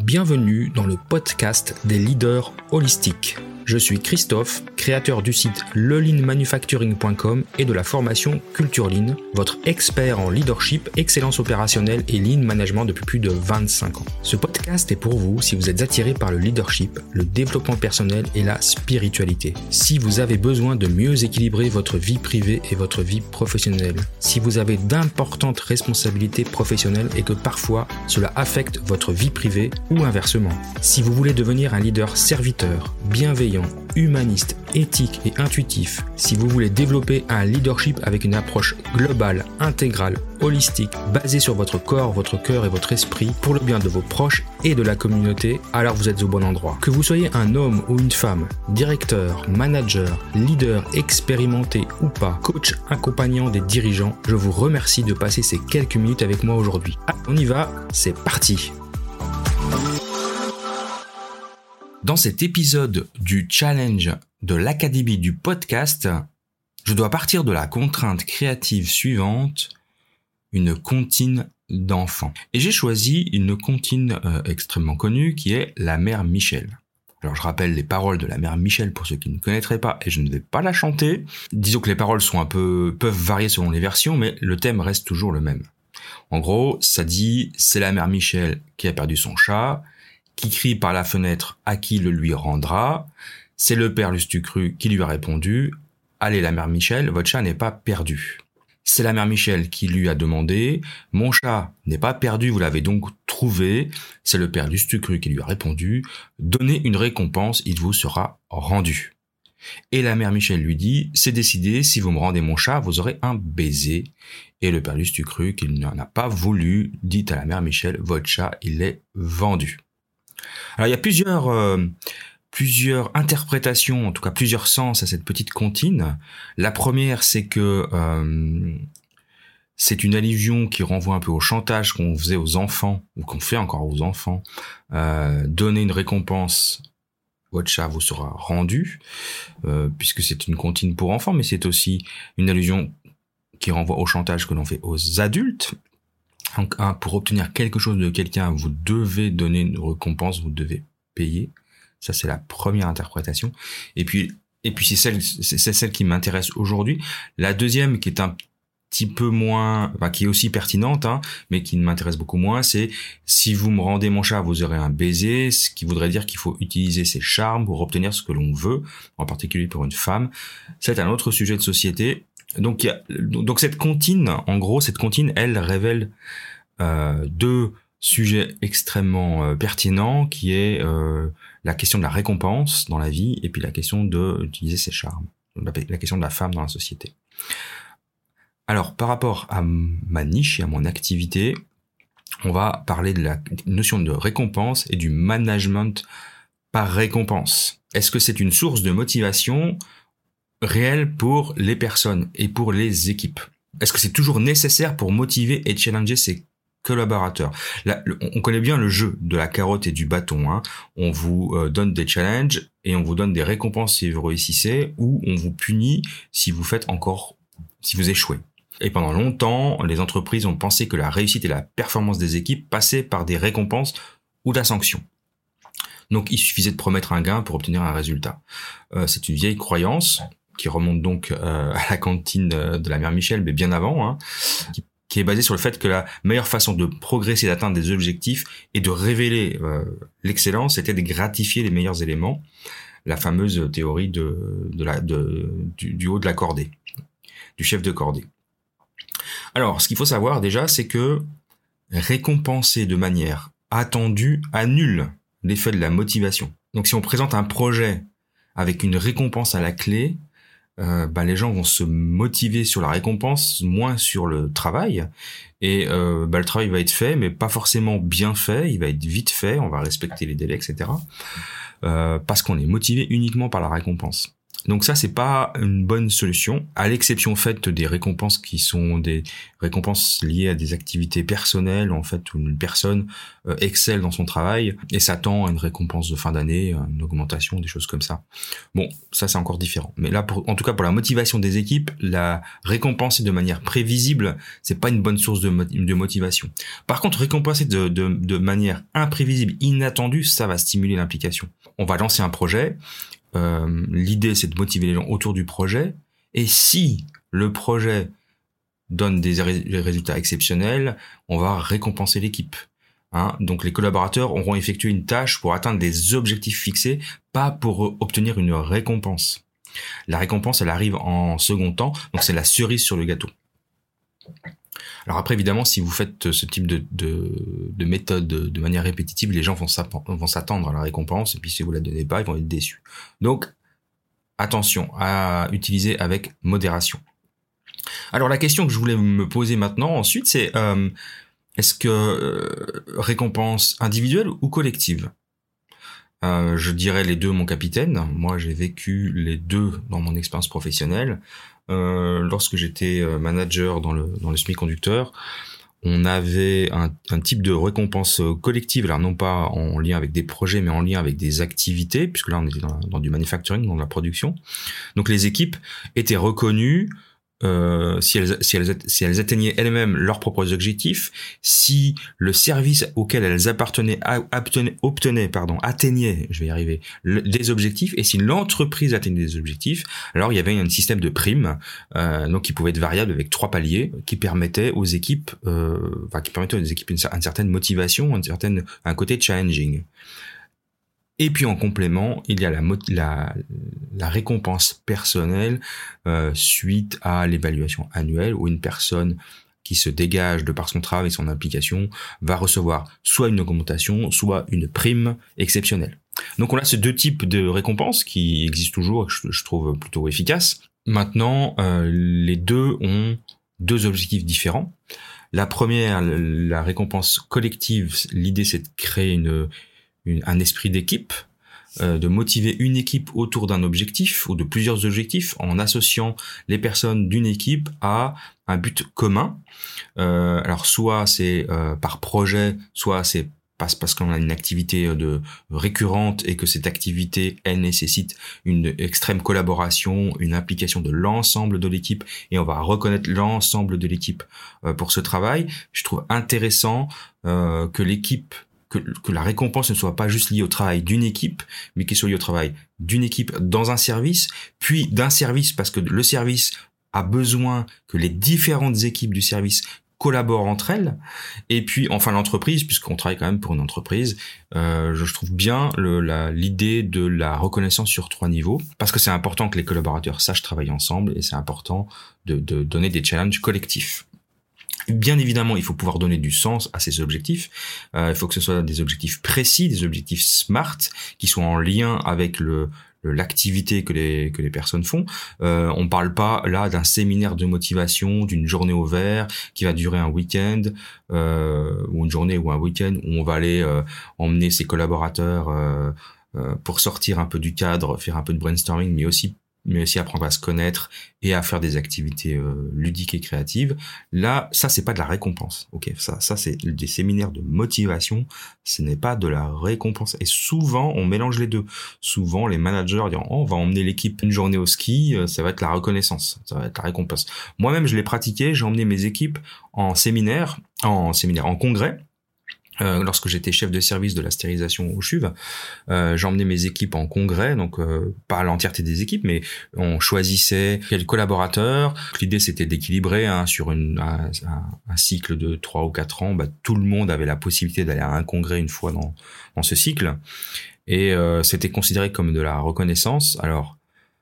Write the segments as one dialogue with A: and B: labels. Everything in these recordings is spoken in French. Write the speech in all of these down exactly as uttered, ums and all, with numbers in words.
A: Bienvenue dans le podcast des leaders holistiques. Je suis Christophe, créateur du site le lean manufacturing point com et de la formation Culture Lean, votre expert en leadership, excellence opérationnelle et lean management depuis plus de vingt-cinq ans. Ce podcast est pour vous si vous êtes attiré par le leadership, le développement personnel et la spiritualité. Si vous avez besoin de mieux équilibrer votre vie privée et votre vie professionnelle. Si vous avez d'importantes responsabilités professionnelles et que parfois cela affecte votre vie privée ou inversement. Si vous voulez devenir un leader serviteur, bienveillant, humaniste, éthique et intuitif, si vous voulez développer un leadership avec une approche globale, intégrale, holistique, basée sur votre corps, votre cœur et votre esprit, pour le bien de vos proches et de la communauté, alors vous êtes au bon endroit. Que vous soyez un homme ou une femme, directeur, manager, leader, expérimenté ou pas, coach accompagnant des dirigeants, je vous remercie de passer ces quelques minutes avec moi aujourd'hui. Ah, on y va, c'est parti! Dans cet épisode du challenge de l'Académie du podcast, je dois partir de la contrainte créative suivante, une comptine d'enfants. Et j'ai choisi une comptine euh, extrêmement connue qui est la mère Michel. Alors je rappelle les paroles de la mère Michel pour ceux qui ne connaîtraient pas et je ne vais pas la chanter. Disons que les paroles sont un peu, peuvent varier selon les versions, mais le thème reste toujours le même. En gros, ça dit, c'est la mère Michel qui a perdu son chat, qui crie par la fenêtre à qui le lui rendra. C'est le père Lustucru qui lui a répondu « Allez la mère Michel, votre chat n'est pas perdu ». C'est la mère Michel qui lui a demandé « Mon chat n'est pas perdu, vous l'avez donc trouvé ». C'est le père Lustucru qui lui a répondu « Donnez une récompense, il vous sera rendu ». Et la mère Michel lui dit « C'est décidé, si vous me rendez mon chat, vous aurez un baiser ». Et le père Lustucru, qui n'en a pas voulu, dit à la mère Michel « Votre chat, il est vendu ». Alors il y a plusieurs euh, plusieurs interprétations, en tout cas plusieurs sens à cette petite comptine. La première, c'est que euh, c'est une allusion qui renvoie un peu au chantage qu'on faisait aux enfants ou qu'on fait encore aux enfants. Euh, donner une récompense, votre chat vous sera rendu, euh, puisque c'est une comptine pour enfants, mais c'est aussi une allusion qui renvoie au chantage que l'on fait aux adultes. Donc, hein, pour obtenir quelque chose de quelqu'un, vous devez donner une récompense, vous devez payer. Ça, c'est la première interprétation. Et puis, et puis c'est celle, c'est celle qui m'intéresse aujourd'hui. La deuxième, qui est un petit peu moins, enfin, qui est aussi pertinente, hein, mais qui m'intéresse beaucoup moins, c'est si vous me rendez mon chat, vous aurez un baiser, ce qui voudrait dire qu'il faut utiliser ses charmes pour obtenir ce que l'on veut, en particulier pour une femme. C'est un autre sujet de société. Donc, il y a, donc cette comptine, en gros, cette comptine, elle révèle euh, deux sujets extrêmement euh, pertinents, qui est euh, la question de la récompense dans la vie, et puis la question d'utiliser ses charmes, la, la question de la femme dans la société. Alors, par rapport à ma niche et à mon activité, on va parler de la notion de récompense et du management par récompense. Est-ce que c'est une source de motivation réel pour les personnes et pour les équipes? Est-ce que c'est toujours nécessaire pour motiver et challenger ses collaborateurs? Là, on connaît bien le jeu de la carotte et du bâton, hein. On vous euh, donne des challenges et on vous donne des récompenses si vous réussissez, ou on vous punit si vous faites encore, si vous échouez. Et pendant longtemps, les entreprises ont pensé que la réussite et la performance des équipes passaient par des récompenses ou de la sanction. Donc il suffisait de promettre un gain pour obtenir un résultat. Euh, c'est une vieille croyance qui remonte donc euh, à la cantine de la mère Michel, mais bien avant, hein, qui, qui est basée sur le fait que la meilleure façon de progresser et d'atteindre des objectifs et de révéler euh, l'excellence, c'était de gratifier les meilleurs éléments, la fameuse théorie de, de la, de, du, du haut de la cordée, du chef de cordée. Alors, ce qu'il faut savoir déjà, c'est que récompenser de manière attendue annule l'effet de la motivation. Donc si on présente un projet avec une récompense à la clé, Euh, bah, les gens vont se motiver sur la récompense, moins sur le travail, et euh, bah, le travail va être fait, mais pas forcément bien fait, il va être vite fait, on va respecter les délais, et cetera. Euh, parce qu'on est motivé uniquement par la récompense. Donc ça, c'est pas une bonne solution, à l'exception faite des récompenses qui sont des récompenses liées à des activités personnelles, en fait, où une personne euh, excelle dans son travail et s'attend à une récompense de fin d'année, une augmentation, des choses comme ça. Bon, ça c'est encore différent. Mais là, pour, en tout cas, pour la motivation des équipes, la récompenser de manière prévisible, c'est pas une bonne source de, de motivation. Par contre, récompenser de, de, de manière imprévisible, inattendue, ça va stimuler l'implication. On va lancer un projet. Euh, l'idée, c'est de motiver les gens autour du projet. Et si le projet donne des ré- résultats exceptionnels, on va récompenser l'équipe. Hein, donc les collaborateurs auront effectué une tâche pour atteindre des objectifs fixés, pas pour obtenir une récompense. La récompense, elle arrive en second temps, donc c'est la cerise sur le gâteau. Alors après, évidemment, si vous faites ce type de, de, de méthode de manière répétitive, les gens vont s'attendre à la récompense, et puis si vous la donnez pas, ils vont être déçus. Donc, attention à utiliser avec modération. Alors la question que je voulais me poser maintenant, ensuite, c'est euh, est-ce que euh, récompense individuelle ou collective ? Euh, je dirais les deux, mon capitaine. Moi, j'ai vécu les deux dans mon expérience professionnelle. Euh, lorsque j'étais manager dans le dans le semi-conducteur, on avait un, un type de récompense collective, alors non pas en lien avec des projets, mais en lien avec des activités, puisque là on était dans, dans du manufacturing, dans la production. Donc les équipes étaient reconnues Euh, si elles si elles si elles atteignaient elles-mêmes leurs propres objectifs, si le service auquel elles appartenaient obtenait, obtenait pardon atteignait, je vais y arriver, le, des objectifs, et si l'entreprise atteignait des objectifs, alors il y avait un système de primes, euh, donc qui pouvait être variable avec trois paliers, qui permettait aux équipes, euh, enfin qui permettait aux équipes une, une certaine motivation, une certaine un côté challenging. Et puis en complément, il y a la, la, la récompense personnelle euh, suite à l'évaluation annuelle, où une personne qui se dégage de par son travail et son implication va recevoir soit une augmentation, soit une prime exceptionnelle. Donc on a ces deux types de récompenses qui existent toujours, que je, je trouve plutôt efficaces. Maintenant, euh, les deux ont deux objectifs différents. La première, la récompense collective, l'idée c'est de créer une Une, un esprit d'équipe, euh, de motiver une équipe autour d'un objectif ou de plusieurs objectifs en associant les personnes d'une équipe à un but commun. Euh, alors soit c'est euh, par projet, soit c'est parce, parce qu'on a une activité de récurrente et que cette activité, elle nécessite une extrême collaboration, une implication de l'ensemble de l'équipe, et on va reconnaître l'ensemble de l'équipe euh, pour ce travail. Je trouve intéressant euh, que l'équipe Que, que la récompense ne soit pas juste liée au travail d'une équipe, mais qu'elle soit liée au travail d'une équipe dans un service, puis d'un service parce que le service a besoin que les différentes équipes du service collaborent entre elles, et puis enfin l'entreprise, puisqu'on travaille quand même pour une entreprise. Euh, je trouve bien le, la, l'idée de la reconnaissance sur trois niveaux, parce que c'est important que les collaborateurs sachent travailler ensemble, et c'est important de, de donner des challenges collectifs. Bien évidemment, il faut pouvoir donner du sens à ces objectifs. Euh, il faut que ce soit des objectifs précis, des objectifs SMART, qui soient en lien avec le, le l'activité que les que les personnes font. Euh, on parle pas là d'un séminaire de motivation, d'une journée au vert qui va durer un week-end, euh, ou une journée ou un week-end où on va aller euh, emmener ses collaborateurs euh, euh, pour sortir un peu du cadre, faire un peu de brainstorming, mais aussi mais aussi apprendre à se connaître et à faire des activités euh, ludiques et créatives. Là, ça, c'est pas de la récompense. Ok, ça, ça, c'est des séminaires de motivation. Ce n'est pas de la récompense. Et souvent, on mélange les deux. Souvent, les managers disent, oh, on va emmener l'équipe une journée au ski, ça va être la reconnaissance, ça va être la récompense. Moi-même, je l'ai pratiqué. J'ai emmené mes équipes en séminaire, en séminaire, en congrès. Euh, lorsque j'étais chef de service de la stérilisation au C H U V, euh, j'emmenais mes équipes en congrès, donc euh, pas l'entièreté des équipes, mais on choisissait quels collaborateurs. L'idée c'était d'équilibrer hein, sur une, un, un cycle de trois ou quatre ans. Bah, tout le monde avait la possibilité d'aller à un congrès une fois dans, dans ce cycle, et euh, c'était considéré comme de la reconnaissance. Alors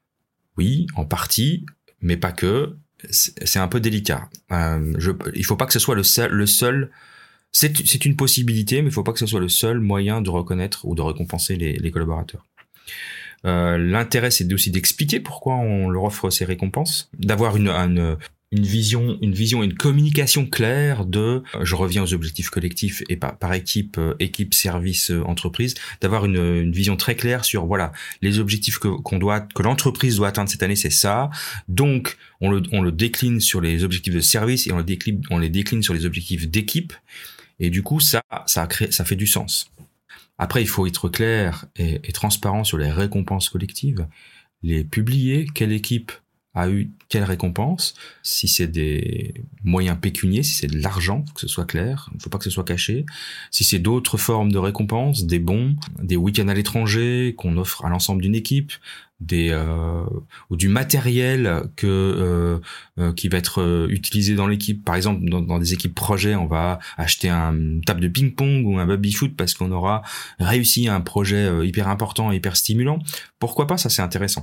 A: oui, en partie, mais pas que. C'est, c'est un peu délicat. Euh, je, il faut pas que ce soit le seul, le seul C'est, c'est une possibilité, mais il ne faut pas que ce soit le seul moyen de reconnaître ou de récompenser les, les collaborateurs. Euh, l'intérêt, c'est aussi d'expliquer pourquoi on leur offre ces récompenses, d'avoir une, une, une vision, une vision, une communication claire de, je reviens aux objectifs collectifs et par, par équipe, euh, équipe, service, euh, entreprise, d'avoir une, une vision très claire sur, voilà, les objectifs que, qu'on doit, que l'entreprise doit atteindre cette année, c'est ça. Donc, on le, on le décline sur les objectifs de service et on le décline, on les décline sur les objectifs d'équipe. Et du coup, ça, ça crée, ça fait du sens. Après, il faut être clair et, et transparent sur les récompenses collectives, les publier, quelle équipe a eu quelle récompense, si c'est des moyens pécuniaires, si c'est de l'argent, que ce soit clair, il ne faut pas que ce soit caché, si c'est d'autres formes de récompenses, des bons, des week-ends à l'étranger qu'on offre à l'ensemble d'une équipe, des euh, ou du matériel que euh, euh, qui va être euh, utilisé dans l'équipe. Par exemple, dans, dans des équipes projets, on va acheter un, une table de ping-pong ou un baby-foot parce qu'on aura réussi un projet euh, hyper important, hyper stimulant. Pourquoi pas, ça c'est intéressant.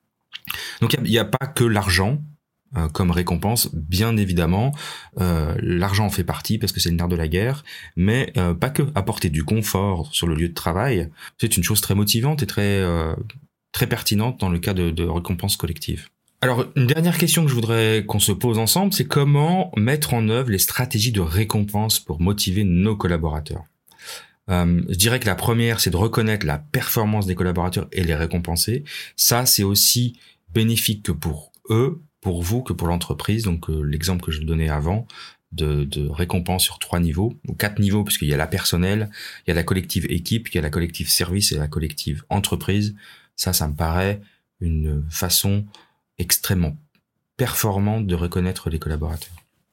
A: Donc il n'y a, a pas que l'argent euh, comme récompense, bien évidemment. Euh, l'argent en fait partie parce que c'est le nerf de la guerre, mais euh, pas que. Apporter du confort sur le lieu de travail, c'est une chose très motivante et très euh, très pertinente dans le cas de, de récompenses collectives. Alors une dernière question que je voudrais qu'on se pose ensemble, c'est comment mettre en œuvre les stratégies de récompense pour motiver nos collaborateurs. Euh, je dirais que la première, c'est de reconnaître la performance des collaborateurs et les récompenser. Ça, c'est aussi bénéfique que pour eux, pour vous, que pour l'entreprise. Donc, euh, l'exemple que je donnais avant de, de récompense sur trois niveaux, ou quatre niveaux, puisqu'il y a la personnelle, il y a la collective équipe, il y a la collective service et la collective entreprise. Ça, ça me paraît une façon extrêmement performante de reconnaître les collaborateurs.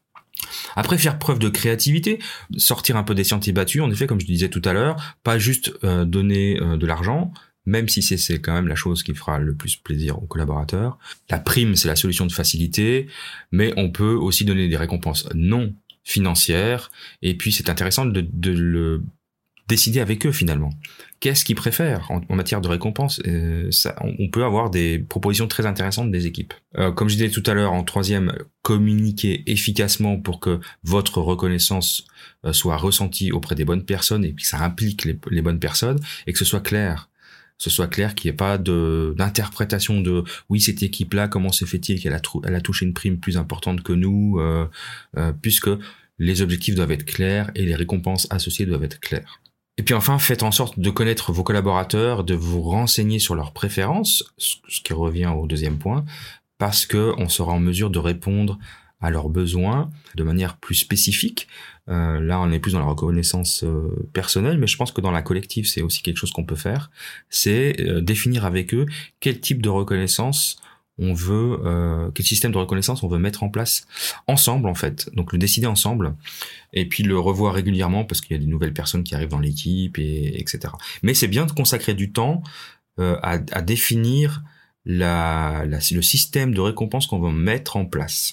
A: Après, faire preuve de créativité, sortir un peu des sentiers battus, en effet, comme je disais tout à l'heure, pas juste euh, donner euh, de l'argent, même si c'est, c'est quand même la chose qui fera le plus plaisir aux collaborateurs. La prime, c'est la solution de facilité, mais on peut aussi donner des récompenses non financières, et puis c'est intéressant de, de le décider avec eux finalement. Qu'est-ce qu'ils préfèrent en, en matière de récompense? euh, ça, on, on peut avoir des propositions très intéressantes des équipes. Euh, comme je disais tout à l'heure, en troisième, communiquer efficacement pour que votre reconnaissance euh, soit ressentie auprès des bonnes personnes et que ça implique les, les bonnes personnes et que ce soit clair. Ce soit clair qu'il n'y ait pas de d'interprétation de oui, cette équipe-là, comment se fait-il qu'elle a, trou- elle a touché une prime plus importante que nous, euh, euh, puisque les objectifs doivent être clairs et les récompenses associées doivent être claires. Et puis enfin, faites en sorte de connaître vos collaborateurs, de vous renseigner sur leurs préférences, ce qui revient au deuxième point, parce que on sera en mesure de répondre à leurs besoins de manière plus spécifique. Euh, là, on est plus dans la reconnaissance euh, personnelle, mais je pense que dans la collective, c'est aussi quelque chose qu'on peut faire. C'est euh, définir avec eux quel type de reconnaissance on veut, euh, quel système de reconnaissance on veut mettre en place ensemble en fait. Donc le décider ensemble et puis le revoir régulièrement parce qu'il y a des nouvelles personnes qui arrivent dans l'équipe et etc. Mais c'est bien de consacrer du temps euh, à, à définir la, la, le système de récompense qu'on veut mettre en place.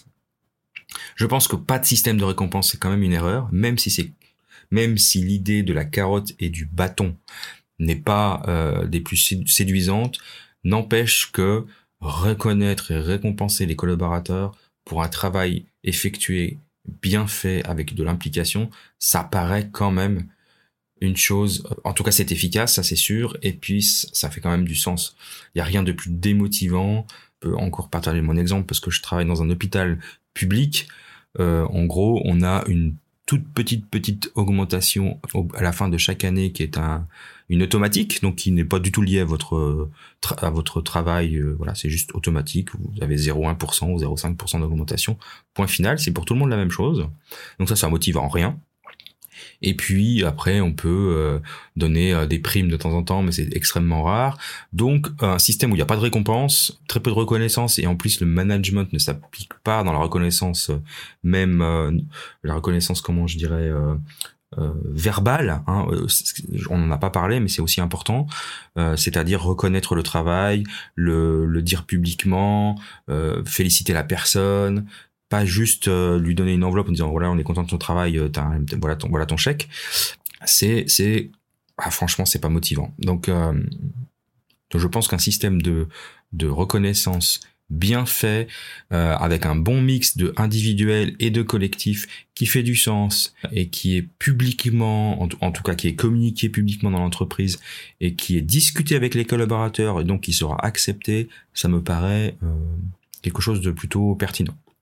A: Je pense que pas de système de récompense c'est quand même une erreur, même si c'est, même si l'idée de la carotte et du bâton n'est pas euh, des plus séduisantes, n'empêche que reconnaître et récompenser les collaborateurs pour un travail effectué, bien fait, avec de l'implication, ça paraît quand même une chose, en tout cas c'est efficace, ça c'est sûr, et puis ça fait quand même du sens. Il n'y a rien de plus démotivant, je peux encore partager mon exemple parce que je travaille dans un hôpital public, euh, en gros on a une toute petite petite augmentation à la fin de chaque année qui est un une automatique, donc qui n'est pas du tout liée à votre tra- à votre travail, euh, voilà, c'est juste automatique, vous avez zéro virgule un pour cent ou zéro virgule cinq pour cent d'augmentation, point final, c'est pour tout le monde la même chose, donc ça ça motive en rien. Et puis après on peut euh, donner euh, des primes de temps en temps, mais c'est extrêmement rare. Donc un système où il n'y a pas de récompense, très peu de reconnaissance, et en plus le management ne s'applique pas dans la reconnaissance, euh, même euh, la reconnaissance, comment je dirais, euh, euh, verbale, hein, euh, on n'en a pas parlé, mais c'est aussi important, euh, c'est-à-dire reconnaître le travail, le, le dire publiquement, euh, féliciter la personne, pas juste euh, lui donner une enveloppe en disant voilà on est content de ton travail, euh, t'as, voilà ton voilà ton chèque. C'est c'est ah, franchement c'est pas motivant. Donc, euh, donc je pense qu'un système de de reconnaissance bien fait, euh, avec un bon mix de individuel et de collectif qui fait du sens et qui est publiquement, en, en tout cas qui est communiqué publiquement dans l'entreprise et qui est discuté avec les collaborateurs et donc qui sera accepté, ça me paraît euh, quelque chose de plutôt pertinent.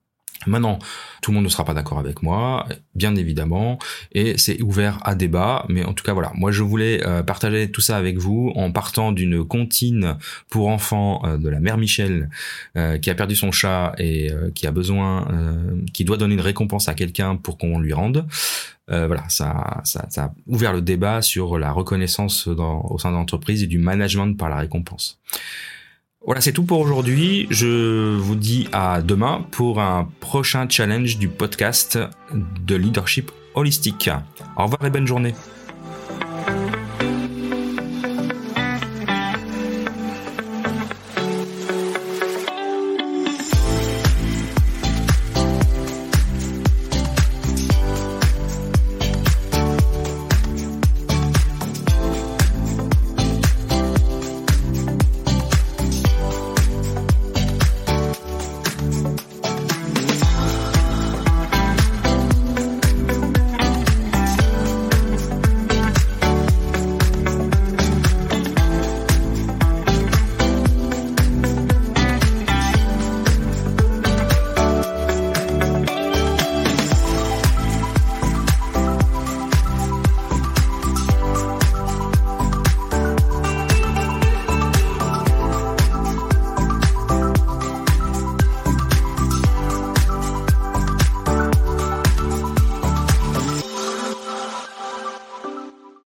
A: Maintenant, tout le monde ne sera pas d'accord avec moi, bien évidemment, et c'est ouvert à débat, mais en tout cas voilà, moi je voulais euh, partager tout ça avec vous en partant d'une comptine pour enfants euh, de la mère Michel euh, qui a perdu son chat et euh, qui a besoin, euh, qui doit donner une récompense à quelqu'un pour qu'on lui rende. Euh, voilà, ça, ça, ça a ouvert le débat sur la reconnaissance dans, au sein de l'entreprise et du management par la récompense. Voilà, c'est tout pour aujourd'hui. Je vous dis à demain pour un prochain challenge du podcast de leadership holistique. Au revoir et bonne journée.